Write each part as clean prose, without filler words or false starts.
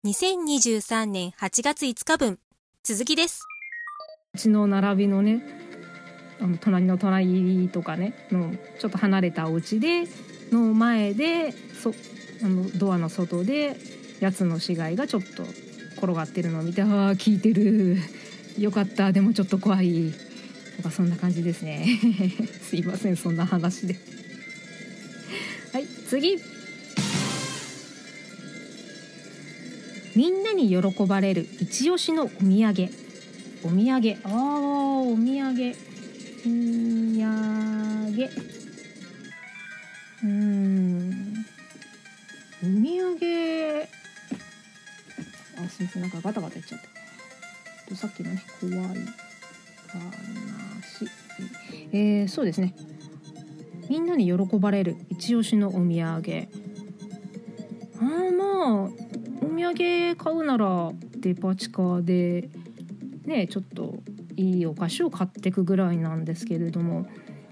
2023年8月5日分、続きです。 うちの並びのね、隣の隣とかねのちょっと離れたお家での前でドアの外でやつの死骸がちょっと転がってるのを見て、ああ聞いてる、よかった、でもちょっと怖いとか、そんな感じですねすいません、そんな話ではい、次。みんなに喜ばれる一押しのお土産。お土産、お土産、お土産、お土産、すみません、なんかガタガタ言っちゃった。さっきのね、怖い話、そうですね、みんなに喜ばれる一押しのお土産。まあお土産買うならデパ地下でね、ちょっといいお菓子を買ってくぐらいなんですけれども、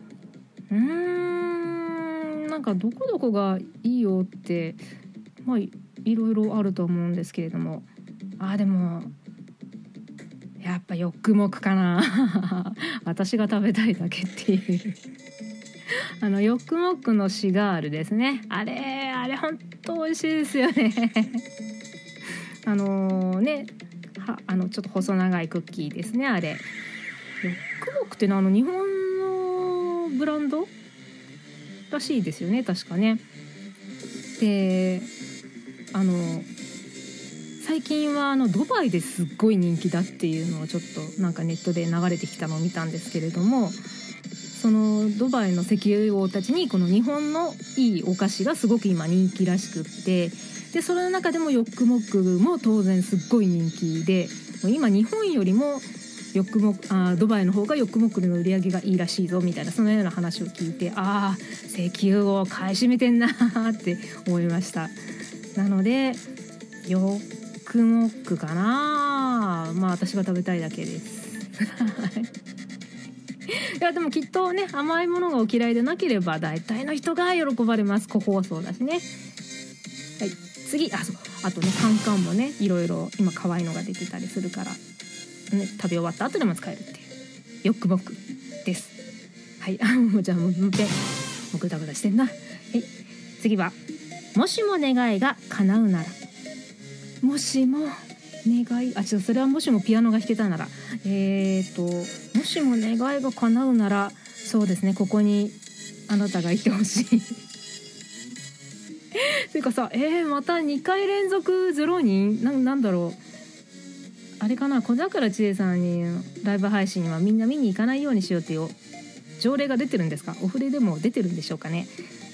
なんかどこどこがいいよってまあいろいろあると思うんですけれども、でもやっぱヨックモックかな私が食べたいだけっていうヨックモックのシガールですね。あれほんと美味しいですよねちょっと細長いクッキーですね。あれヨックモックって日本のブランドらしいですよね、確かね。で最近はドバイですっごい人気だっていうのをちょっとなんかネットで流れてきたのを見たんですけれども、そのドバイの石油王たちにこの日本のいいお菓子がすごく今人気らしくって、でその中でもヨックモックも当然すっごい人気で、今日本よりもドバイの方がヨックモックの売り上げがいいらしいぞみたいな、そのような話を聞いて、石油王買い占めてんなって思いました。なのでヨックモックかな。私が食べたいだけですいやでもきっとね、甘いものがお嫌いでなければ大体の人が喜ばれます。個包装だしね。はい、次。あとね、カンカンもね、いろいろ今可愛いのが出てたりするから、ね、食べ終わった後でも使えるっていうヨックモックです。はい、じゃあもうグダグダしてんな。はい、次はもしも願いが叶うなら。もしも願い、それはもしもピアノが弾けたなら、もしも願いが叶うなら、そうですね、ここにあなたがいてほしいというかさ、また2回連続0人なんだろう、あれかな、小桜千恵さんにライブ配信はみんな見に行かないようにしようっていう条例が出てるんですか？お触れでも出てるんでしょうかね。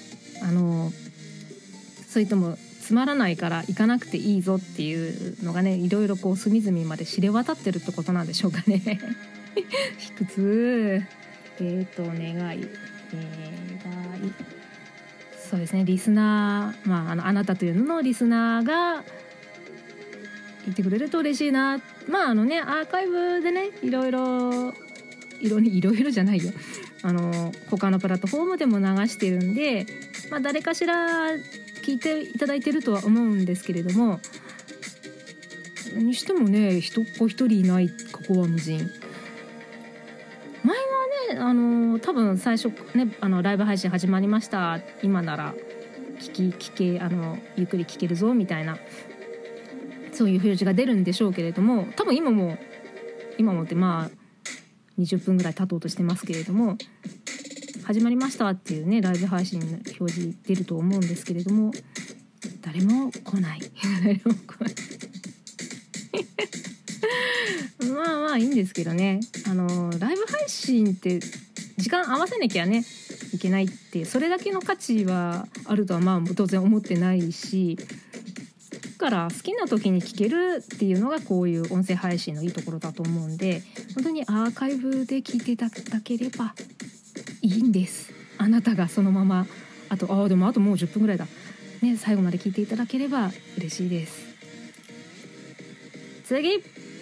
それともつまらないから行かなくていいぞっていうのがね、いろいろこう隅々まで知れ渡ってるってことなんでしょうかね卑屈。願い、そうですね、リスナー、あなたというののリスナーが言ってくれると嬉しいな。アーカイブでね、いろいろじゃないよ、他のプラットフォームでも流してるんで、誰かしら聞いていただいてるとは思うんですけれども、にしてもね、一人いない、ここは無人。前はね、多分最初ね、ライブ配信始まりました、今なら聞けゆっくり聞けるぞみたいな、そういう表示が出るんでしょうけれども、多分今もって20分ぐらい経とうとしてますけれども、始まりましたっていうね、ライブ配信の表示出ると思うんですけれども、誰も来ないいいんですけどね、ライブ配信って時間合わせなきゃねいけないっていう、それだけの価値はあるとは当然思ってないし、だから好きな時に聞けるっていうのがこういう音声配信のいいところだと思うんで、本当にアーカイブで聞いていただければいいんです。あなたがそのままでもあともう10分ぐらいだね、最後まで聞いていただければ嬉しいです。次。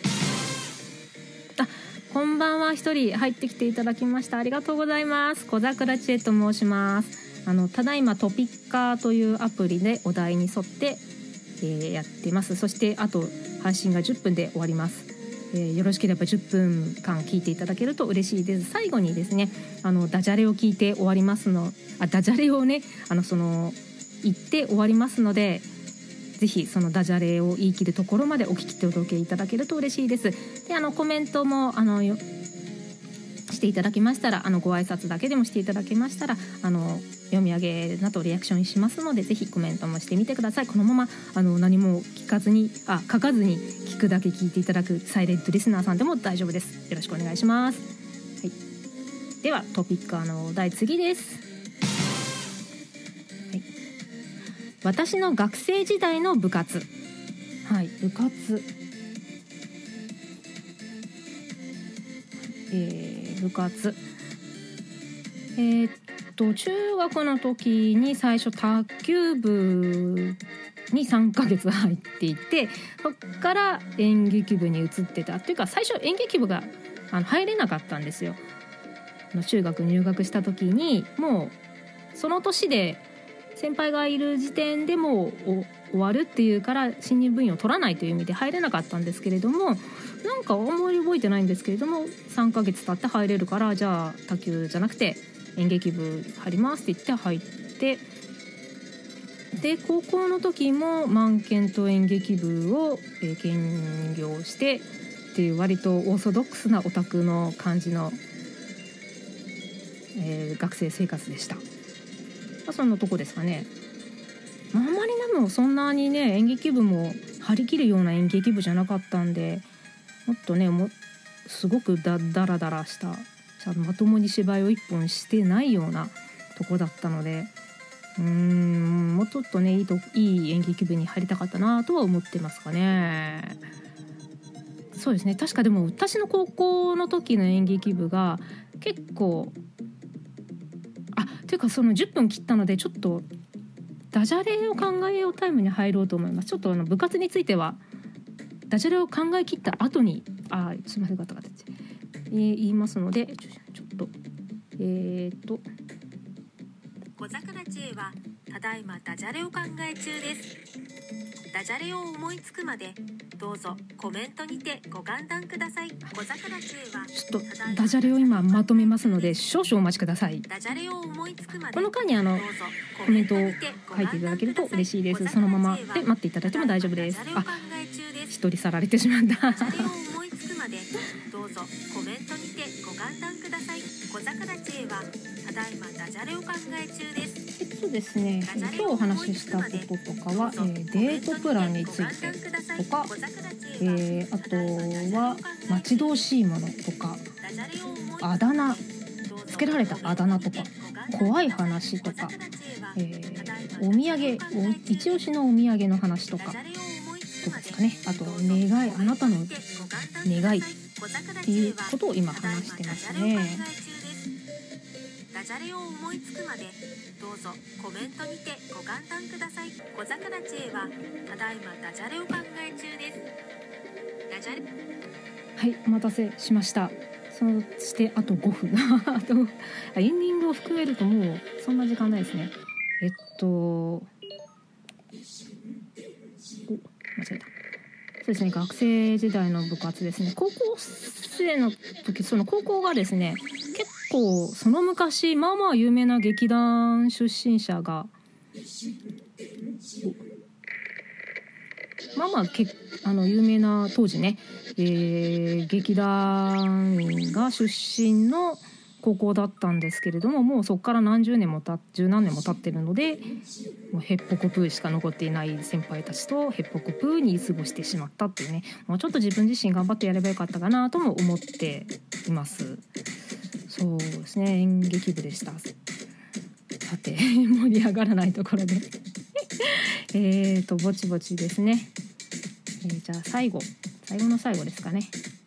こんばんは、一人入ってきていただきました。ありがとうございます。小桜千恵と申します。ただいまトピッカーというアプリでお題に沿ってやってます。そしてあと配信が10分で終わります。よろしければ10分間聞いていただけると嬉しいです。最後にですね、ダジャレを聞いて終わりますの、ダジャレをね、言って終わりますので、ぜひそのダジャレを言い切るところまでお聞き届けいただけると嬉しいです。で、コメントもしていただけましたら、ご挨拶だけでもしていただけましたら、読み上げなどリアクションしますので、ぜひコメントもしてみてください。このまま何も書かずに聞くだけ聞いていただくサイレントリスナーさんでも大丈夫です。よろしくお願いします。はい、ではトピック第次です。はい、私の学生時代の部活。はい、部活、部活、中学の時に最初卓球部に3ヶ月入っていて、そこから演劇部に移ってたっていうか、最初演劇部が入れなかったんですよ。中学入学した時にもうその年で先輩がいる時点でもう終わるっていうから新入部員を取らないという意味で入れなかったんですけれども、なんかあんまり覚えてないんですけれども、3ヶ月経って入れるから、じゃあ卓球じゃなくて演劇部入りますって言って入って、で高校の時も満研と演劇部を兼業してっていう割とオーソドックスなオタクの感じの、学生生活でした。そんなとこですかね。あんまりでもそんなにね、演劇部も張り切るような演劇部じゃなかったんで、もっとね、すごくダラダラしたまともに芝居を一本してないようなとこだったので、もうちょっとねいい演劇部に入りたかったなとは思ってますかね。そうですね、確かでも私の高校の時の演劇部が結構ていうか、その10分切ったのでちょっとダジャレを考えようタイムに入ろうと思います。ちょっと部活についてはダジャレを考え切った後にすいませんガタガタ言いますので、ちょっと小桜知恵はただいまダジャレを考え中です。ダジャレを思いつくまでどうぞコメントにてご歓談ください。小桜知恵はちょっとダジャレを今まとめますので少々お待ちください。 ダジャレを思いつくまでこの間にコメントを書いていただけると嬉しいです。そのままで待っていただいても大丈夫です。一人去られてしまった。 ダジャレを思いつくまでどうぞコメントにてご歓談ください。小桜知恵はただいまダジャレを考え中です。 そうですね、今日お話ししたこととかは、デートプランについてとか、あとは待ち遠しいものとか、あだ名つけられたあだ名とか、怖い話とか、お土産一押しのお土産の話とかどうですかね。あと願い、あなたの願いっていうことを今話してますね。 ダジャレを思いつくまでどうぞコメントにてご歓談ください。小桜知恵はただいまダジャレを考え中です。ダジャレ、 はい、お待たせしました。そしてあと5分あとエンディングを含めるともうそんな時間ないですね。間違えた。そうですね、学生時代の部活ですね。高校生の時、その高校がですね、結構その昔まあまあ有名な劇団出身者がまあまあ有名な当時ね、劇団員が出身の高校だったんですけれども、もうそこから十何年も経ってるので、もうヘッポコプーしか残っていない先輩たちとヘッポコプーに過ごしてしまったっていうね、もうちょっと自分自身頑張ってやればよかったかなとも思っています。そうですね、演劇部でした。さて盛り上がらないところでぼちぼちですね。じゃあ最後の最後ですかね。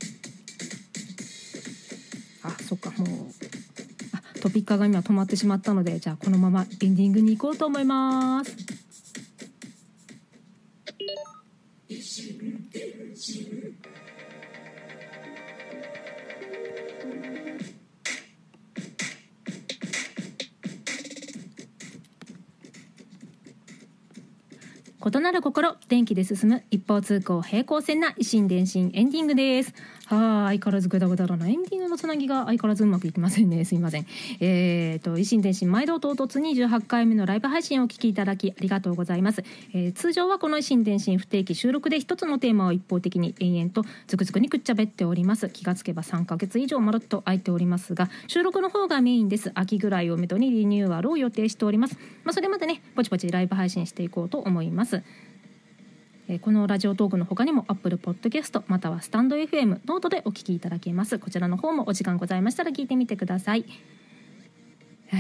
そっか、もうトピッカーが今止まってしまったので、じゃあこのままエンディングに行こうと思います。こ異なる心、電気で進む一方通行平行線な維新伝心エンディングです。相変わらずグダグダだな。エンディングのつなぎが相変わらずうまくいきませんね。すいません。維新伝心毎度唐突28回目のライブ配信をお聞きいただきありがとうございます。通常はこの維新伝心不定期収録で一つのテーマを一方的に延々とズクズクにくっちゃべっております。気がつけば3ヶ月以上まるっと空いておりますが、収録の方がメインです。秋ぐらいをめどにリニューアルを予定しております。それまでね、ぼちぼちライブ配信していこうと思います。このラジオトークの他にも Apple Podcast またはスタンド FM ノートでお聞きいただけます。こちらの方もお時間ございましたら聞いてみてください。はい、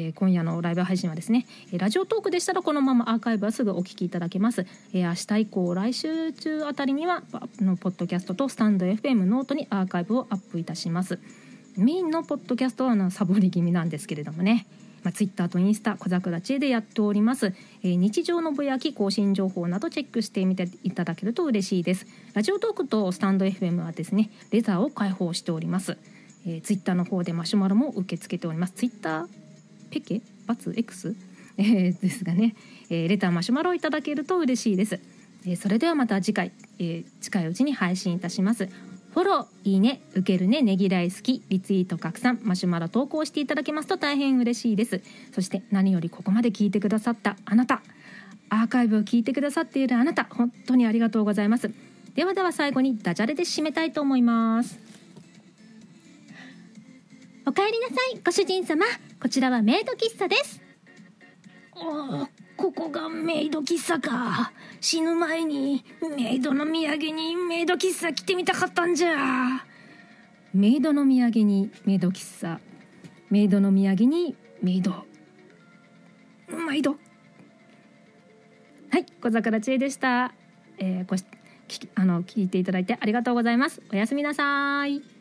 今夜のライブ配信はですね、ラジオトークでしたらこのままアーカイブはすぐお聞きいただけます。明日以降来週中あたりにはポッドキャストとスタンド FM ノートにアーカイブをアップいたします。メインのポッドキャストはサボり気味なんですけれどもね、ツイッターとインスタ小桜知恵でやっております。日常のぼやき更新情報などチェックしてみていただけると嬉しいです。ラジオトークとスタンド FM はですね、レターを開放しております。ツイッターの方でマシュマロも受け付けております。ツイッターペケバツ X、ですがね、レターマシュマロいただけると嬉しいです。それではまた次回、近いうちに配信いたします。フォロー、いいね、受けるね、ねぎ大好き、リツイート拡散、マシュマロ投稿していただけますと大変嬉しいです。そして何よりここまで聞いてくださったあなた、アーカイブを聞いてくださっているあなた、本当にありがとうございます。では最後にダジャレで締めたいと思います。 お帰りなさい、ご主人様。こちらはメイド喫茶です。 ここがメイド喫茶か。死ぬ前にメイドの土産にメイド喫茶来てみたかったんじゃ。メイドの土産にメイド喫茶、メイドの土産にメイド、毎度。はい、小桜知恵でした。聞いていただいてありがとうございます。おやすみなさい。